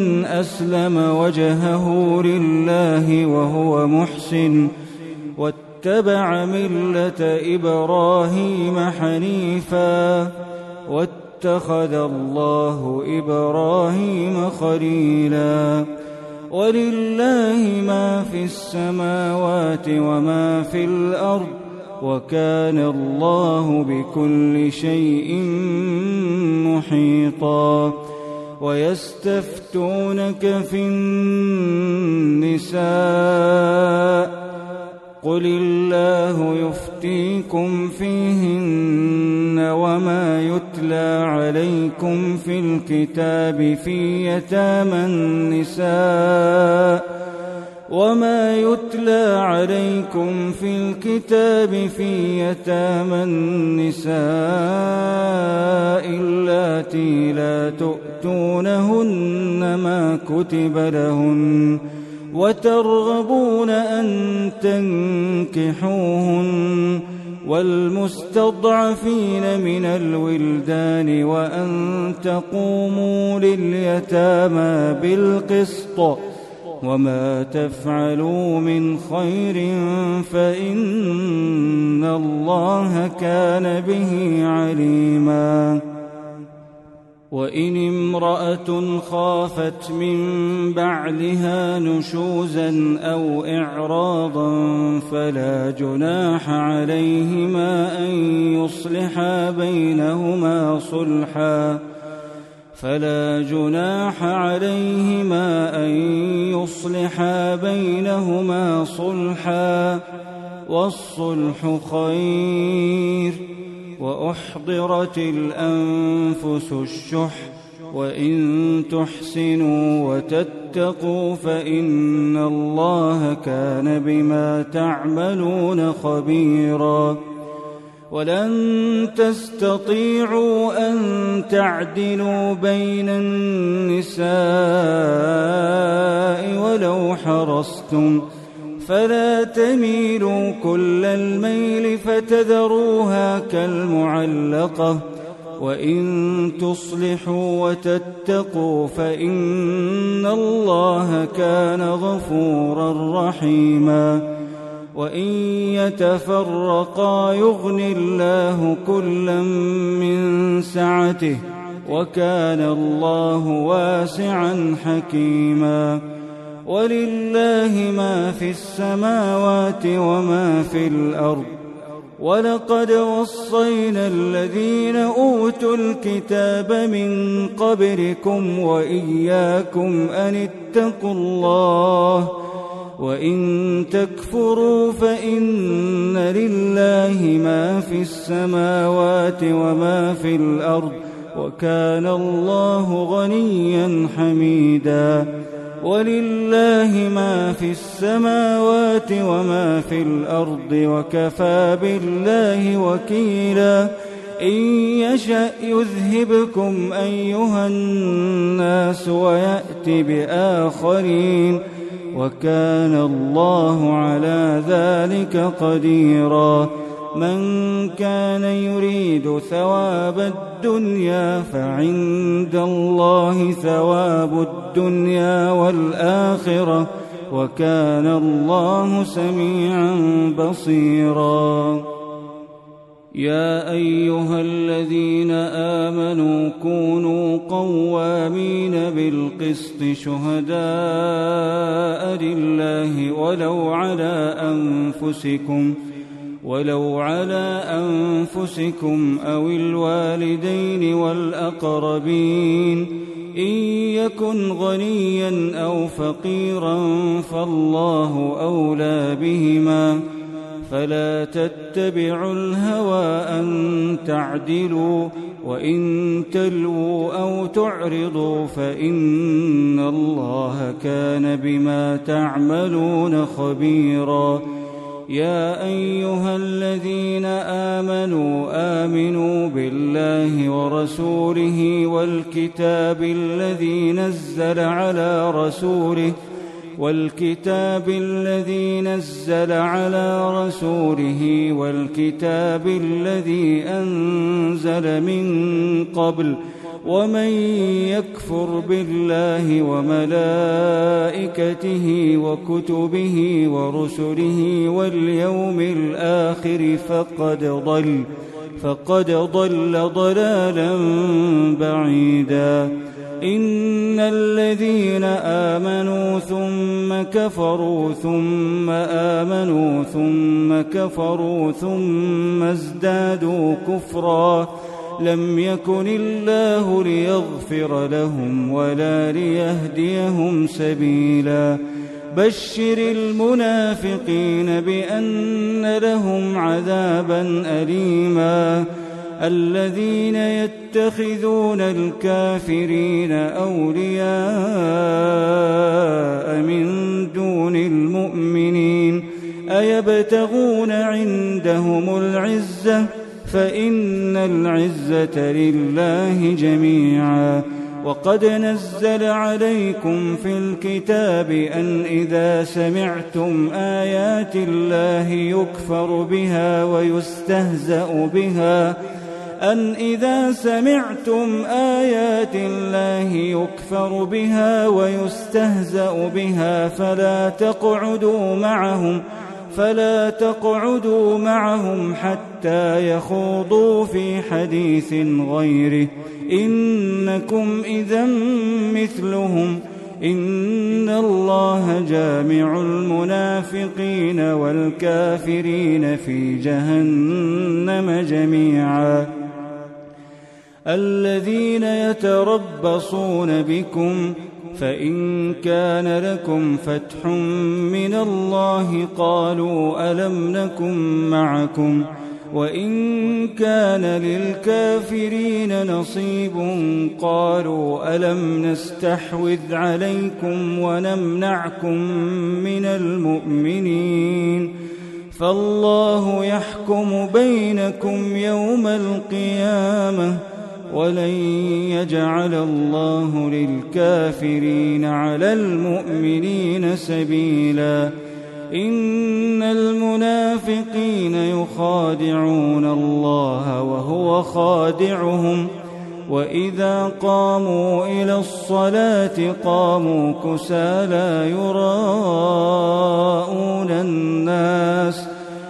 من أسلم وجهه لله وهو محسن واتبع ملة إبراهيم حنيفا واتخذ الله إبراهيم خليلا. ولله ما في السماوات وما في الأرض وكان الله بكل شيء محيطا. ويستفتونك في النساء قل الله يفتيكم فيهن وما يتلى عليكم في الكتاب في يتامى النساء وما يتلى عليكم في الكتاب في يتامى النساء اللاتي لا تؤتونهن ما كتب لهن وترغبون أن تنكحوهن والمستضعفين من الولدان وأن تقوموا لليتامى بالقسط وما تفعلوا من خير فإن الله كان به عليما. وإن امرأة خافت من بعلها نشوزا أو إعراضا فلا جناح عليهما أن يصلحا بينهما صلحا فلا جناح عليهما أن يصلحا بينهما صلحا والصلح خير. وأحضرت الأنفس الشح وإن تحسنوا وتتقوا فإن الله كان بما تعملون خبيرا. ولن تستطيعوا أن تعدلوا بين النساء ولو حرصتم فلا تميلوا كل الميل فتذروها كالمعلقة وإن تصلحوا وتتقوا فإن الله كان غفورا رحيما. وإن يتفرقا يغن الله كلا من سعته وكان الله واسعا حكيما. ولله ما في السماوات وما في الأرض ولقد وصينا الذين أوتوا الكتاب من قبلكم وإياكم أن اتقوا الله وإن تكفروا فإن لله ما في السماوات وما في الأرض وكان الله غنيا حميدا. ولله ما في السماوات وما في الأرض وكفى بالله وكيلا. إن يشأ يذهبكم أيها الناس ويأت بآخرين وكان الله على ذلك قديرا. من كان يريد ثواب الدنيا فعند الله ثواب الدنيا والآخرة وكان الله سميعا بصيرا. يا أيها الذين آمنوا كونوا قوامين بالقسط شهداء لله ولو على أنفسكم ولو على أنفسكم أو الوالدين والأقربين إن يكن غنيا أو فقيرا فالله أولى بهما فلا تتبعوا الهوى أن تعدلوا وإن تلووا أو تعرضوا فإن الله كان بما تعملون خبيرا. يا أيها الذين آمنوا آمنوا بالله ورسوله والكتاب الذي نزل على رسوله والكتاب الذي نزل على رسوله والكتاب الذي أنزل من قبل ومن يكفر بالله وملائكته وكتبه ورسله واليوم الآخر فقد ضل فقد ضل ضلالا بعيدا. إن الذين آمنوا ثم كفروا ثم آمنوا ثم كفروا ثم ازدادوا كفرا لم يكن الله ليغفر لهم ولا ليهديهم سبيلا. بشر المنافقين بأن لهم عذابا أليما. الذين يتخذون الكافرين أولياء من دون المؤمنين أيبتغون عندهم العزة فإن العزة لله جميعا. وقد نزل عليكم في الكتاب أن إذا سمعتم آيات الله يكفر بها ويستهزأ بها أن إذا سمعتم آيات الله يكفر بها ويستهزأ بها فلا تقعدوا معهم فلا تقعدوا معهم حتى يخوضوا في حديث غيره إنكم إذا مثلهم إن الله جامع المنافقين والكافرين في جهنم جميعا. الذين يتربصون بكم فإن كان لكم فتح من الله قالوا ألم نكن معكم وإن كان للكافرين نصيب قالوا ألم نستحوذ عليكم ونمنعكم من المؤمنين فالله يحكم بينكم يوم القيامة ولن يجعل الله للكافرين على المؤمنين سبيلا. إن المنافقين يخادعون الله وهو خادعهم وإذا قاموا إلى الصلاة قاموا كسالى يراءون الناس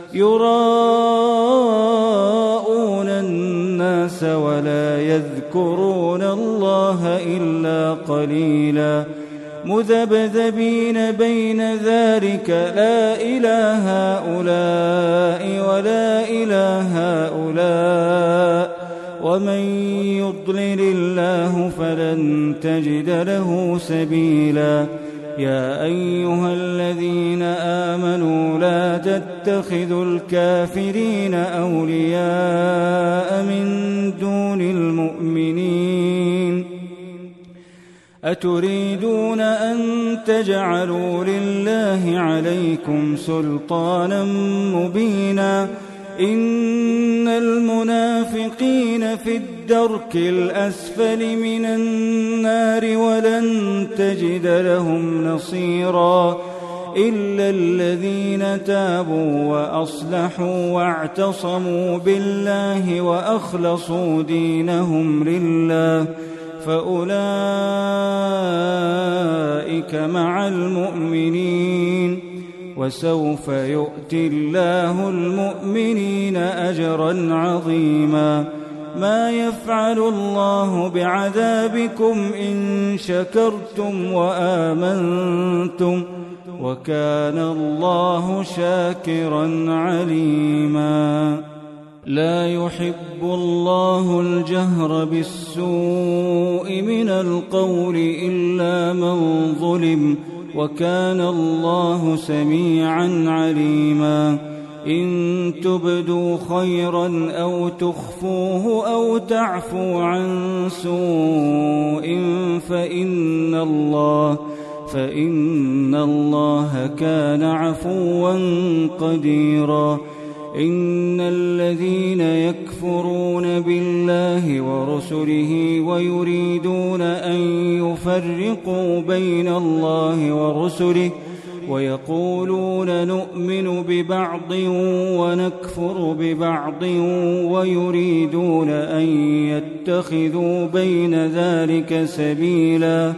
يراءون الناس ولا يذكرون الله إلا قليلا. مذبذبين بين ذلك لا إله هؤلاء ولا إله هؤلاء ومن يضلل الله فلن تجد له سبيلا. يا أيها الذين آمنوا لا تتخذوا الكافرين أولياء من دون المؤمنين أتريدون أن تجعلوا لله عليكم سلطانا مبينا. إن المنافقين في الدرك الأسفل من النار ولن تجد لهم نصيرا إلا الذين تابوا وأصلحوا واعتصموا بالله وأخلصوا دينهم لله فأولئك مع المؤمنين وسوف يؤتي الله المؤمنين أجرا عظيما. ما يفعل الله بعذابكم إن شكرتم وآمنتم وكان الله شاكرا عليما. لا يحب الله الجهر بالسوء من القول إلا من ظلم وكان الله سميعا عليما. إن تبدوا خيرا أو تخفوه أو تعفوا عن سوء فإن الله فإن الله كان عفوا قديرا. إن الذين يكفرون بالله ورسله ويريدون أن يفرقوا بين الله ورسله ويقولون نؤمن ببعض ونكفر ببعض ويريدون أن يتخذوا بين ذلك سبيلا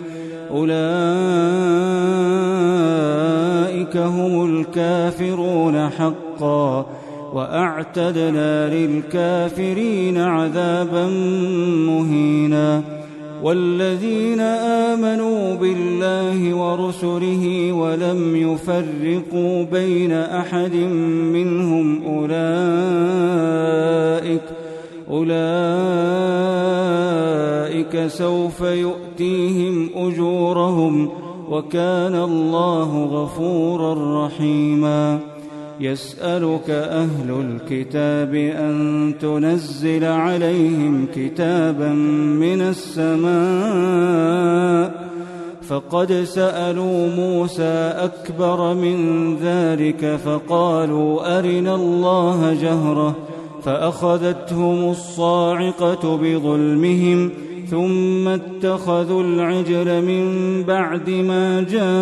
أولئك هم الكافرون حقا وأعتدنا للكافرين عذابا مهينا والذين آمنوا بالله ورسله ولم يفرقوا بين أحد منهم أولئك أولئك سوف يؤتيهم أجورهم وكان الله غفورا رحيما يسألك أهل الكتاب أن تنزل عليهم كتابا من السماء فقد سألوا موسى أكبر من ذلك فقالوا أرنا الله جهرة فأخذتهم الصاعقة بظلمهم ثم اتخذوا العجل من بعد ما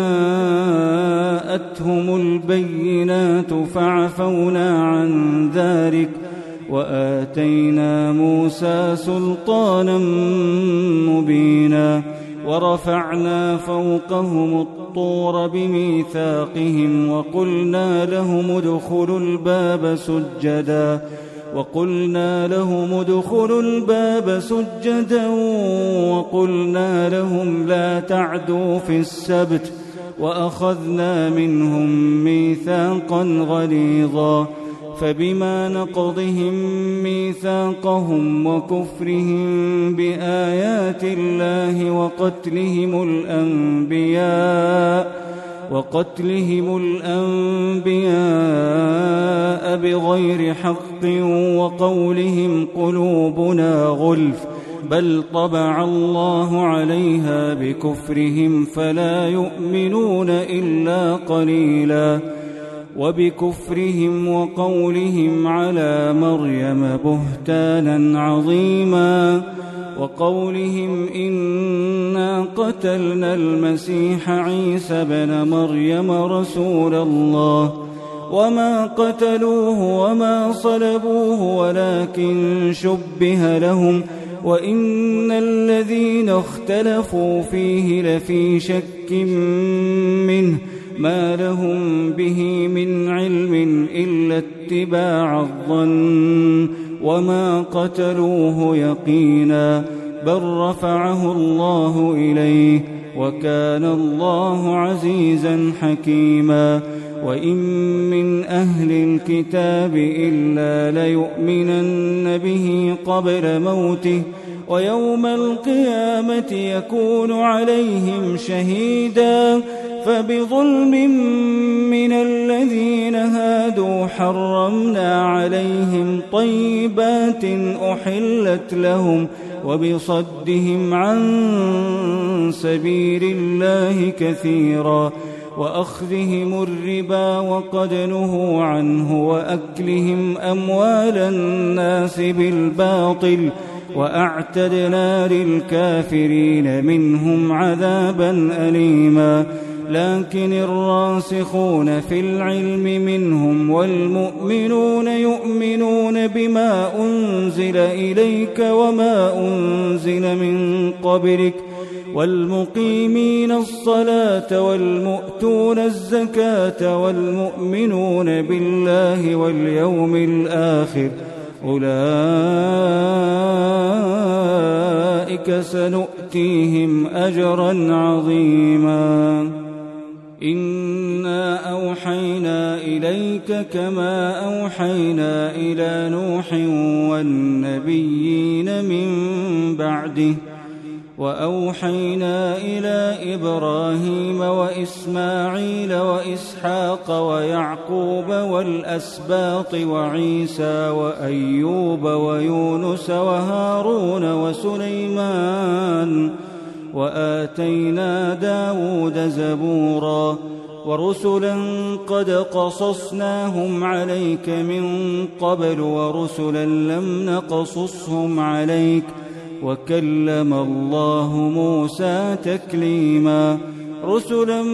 جاءتهم البينات فعفونا عن ذلك وآتينا موسى سلطانا مبينا ورفعنا فوقهم الطور بميثاقهم وقلنا لهم ادخلوا الباب سجدا وقلنا لهم ادخلوا الباب سجدا وقلنا لهم لا تعدوا في السبت وأخذنا منهم ميثاقا غليظا فبما نقضهم ميثاقهم وكفرهم بآيات الله وقتلهم الأنبياء وقتلهم الأنبياء بغير حق وقولهم قلوبنا غلف بل طبع الله عليها بكفرهم فلا يؤمنون إلا قليلا وبكفرهم وقولهم على مريم بهتانا عظيما وقولهم إنا قتلنا المسيح عيسى بن مريم رسول الله وما قتلوه وما صلبوه ولكن شبه لهم وإن الذين اختلفوا فيه لفي شك منه ما لهم به من علم إلا اتباع الظن وما قتلوه يقينا بل رفعه الله إليه وكان الله عزيزا حكيما وإن من أهل الكتاب إلا ليؤمنن به قبل موته ويوم القيامة يكون عليهم شهيدا فبظلم من الذين هادوا حرمنا عليهم طيبات أحلت لهم وبصدهم عن سبيل الله كثيرا وأخذهم الربا وقد نهوا عنه وأكلهم أموال الناس بالباطل وأعتدنا للكافرين منهم عذابا أليما لكن الراسخون في العلم منهم والمؤمنون يؤمنون بما أنزل إليك وما أنزل من قبلك والمقيمين الصلاة والمؤتون الزكاة والمؤمنون بالله واليوم الآخر أولئك سنؤتيهم أجرا عظيما إنا أوحينا إليك كما أوحينا إلى نوح والنبيين من بعده وأوحينا إلى إبراهيم وإسماعيل وإسحاق ويعقوب والأسباط وعيسى وأيوب ويونس وهارون وسليمان وآتينا داود زبورا ورسلا قد قصصناهم عليك من قبل ورسلا لم نقصصهم عليك وكلم الله موسى تكليما رسلا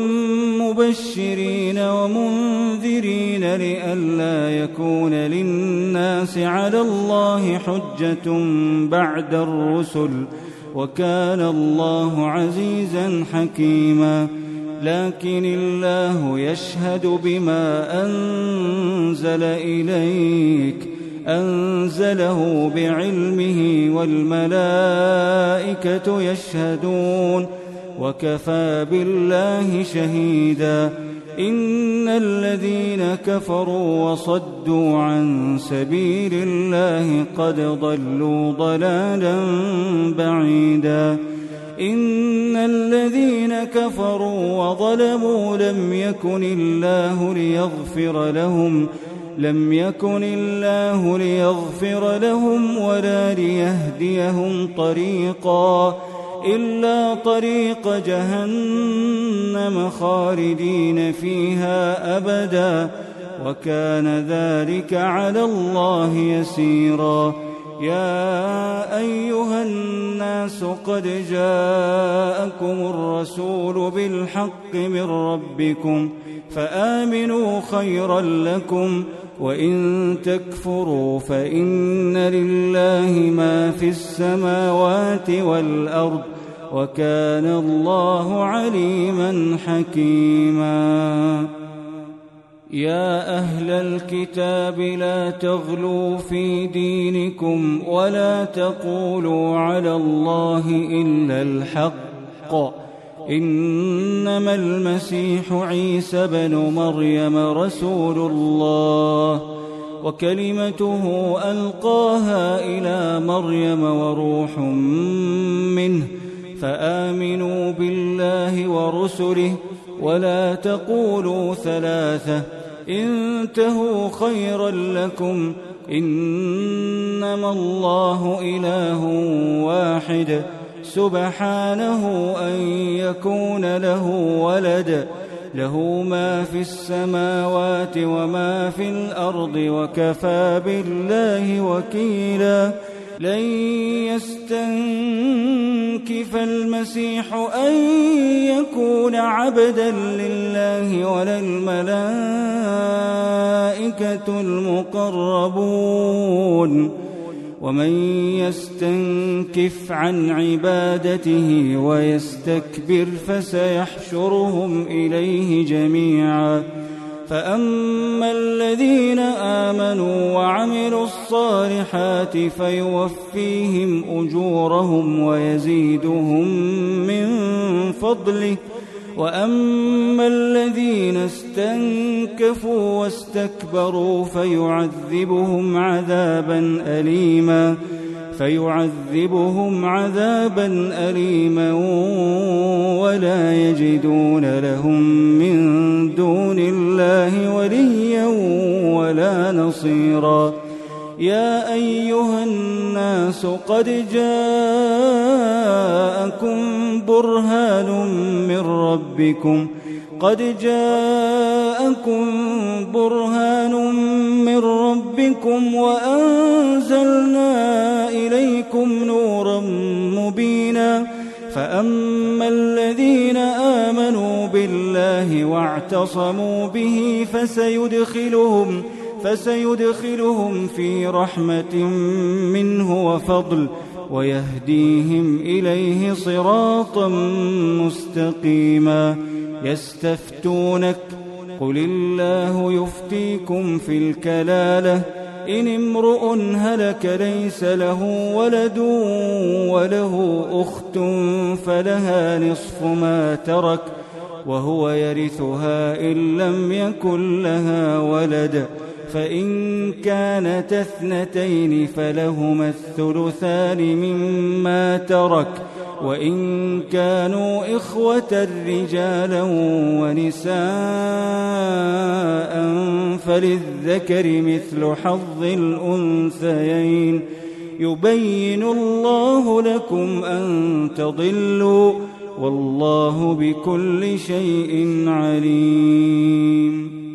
مبشرين ومنذرين لئلا يكون للناس على الله حجة بعد الرسل وكان الله عزيزا حكيما لكن الله يشهد بما أنزل إليك أنزله بعلمه والملائكة يشهدون وكفى بالله شهيدا إن الذين كفروا وصدوا عن سبيل الله قد ضلوا ضلالا بعيدا إن الذين كفروا وظلموا لم يكن الله ليغفر لهم لم يكن الله ليغفر لهم ولا ليهديهم طريقا إلا طريق جهنم خالدين فيها أبدا وكان ذلك على الله يسيرا يا أيها الناس قد جاءكم الرسول بالحق من ربكم فآمنوا خيرا لكم وإن تكفروا فإن لله ما في السماوات والأرض وكان الله عليما حكيما يا أهل الكتاب لا تغلوا في دينكم ولا تقولوا على الله إلا الحق إنما المسيح عيسى بن مريم رسول الله وكلمته ألقاها إلى مريم وروح منه فآمنوا بالله ورسله ولا تقولوا ثلاثة انتهوا خيرا لكم إنما الله إله واحد سبحانه أن يكون له ولد له ما في السماوات وما في الأرض وكفى بالله وكيلا لن يستنكف المسيح أن يكون عبدا لله ولا الملائكة المقربون ومن يستنكف عن عبادته ويستكبر فسيحشرهم إليه جميعا فأما الذين آمنوا وعملوا الصالحات فيوفيهم أجورهم ويزيدهم من فضله وأما الذين استنكفوا واستكبروا فيعذبهم عذابا أليما فيعذبهم عذابا أليما ولا يجدون لهم من دون الله وليا ولا نصيرا يا أيها الناس قد جاءكم برهان من ربكم قد جاءكم برهان من ربكم وأنزلنا إليكم نورا مبينا فأما الذين آمنوا بالله واعتصموا به فسيدخلهم فسيدخلهم في رحمة منه وفضل ويهديهم إليه صراطا مستقيما يستفتونك قل الله يفتيكم في الكلالة إن امرؤ هلك ليس له ولد وله أخت فلها نصف ما ترك وهو يرثها إن لم يكن لها ولد فإن كانت اثنتين فلهما الثلثان مما ترك وإن كانوا إخوة رجالا ونساء فللذكر مثل حظ الأنثيين يبين الله لكم أن تضلوا والله بكل شيء عليم.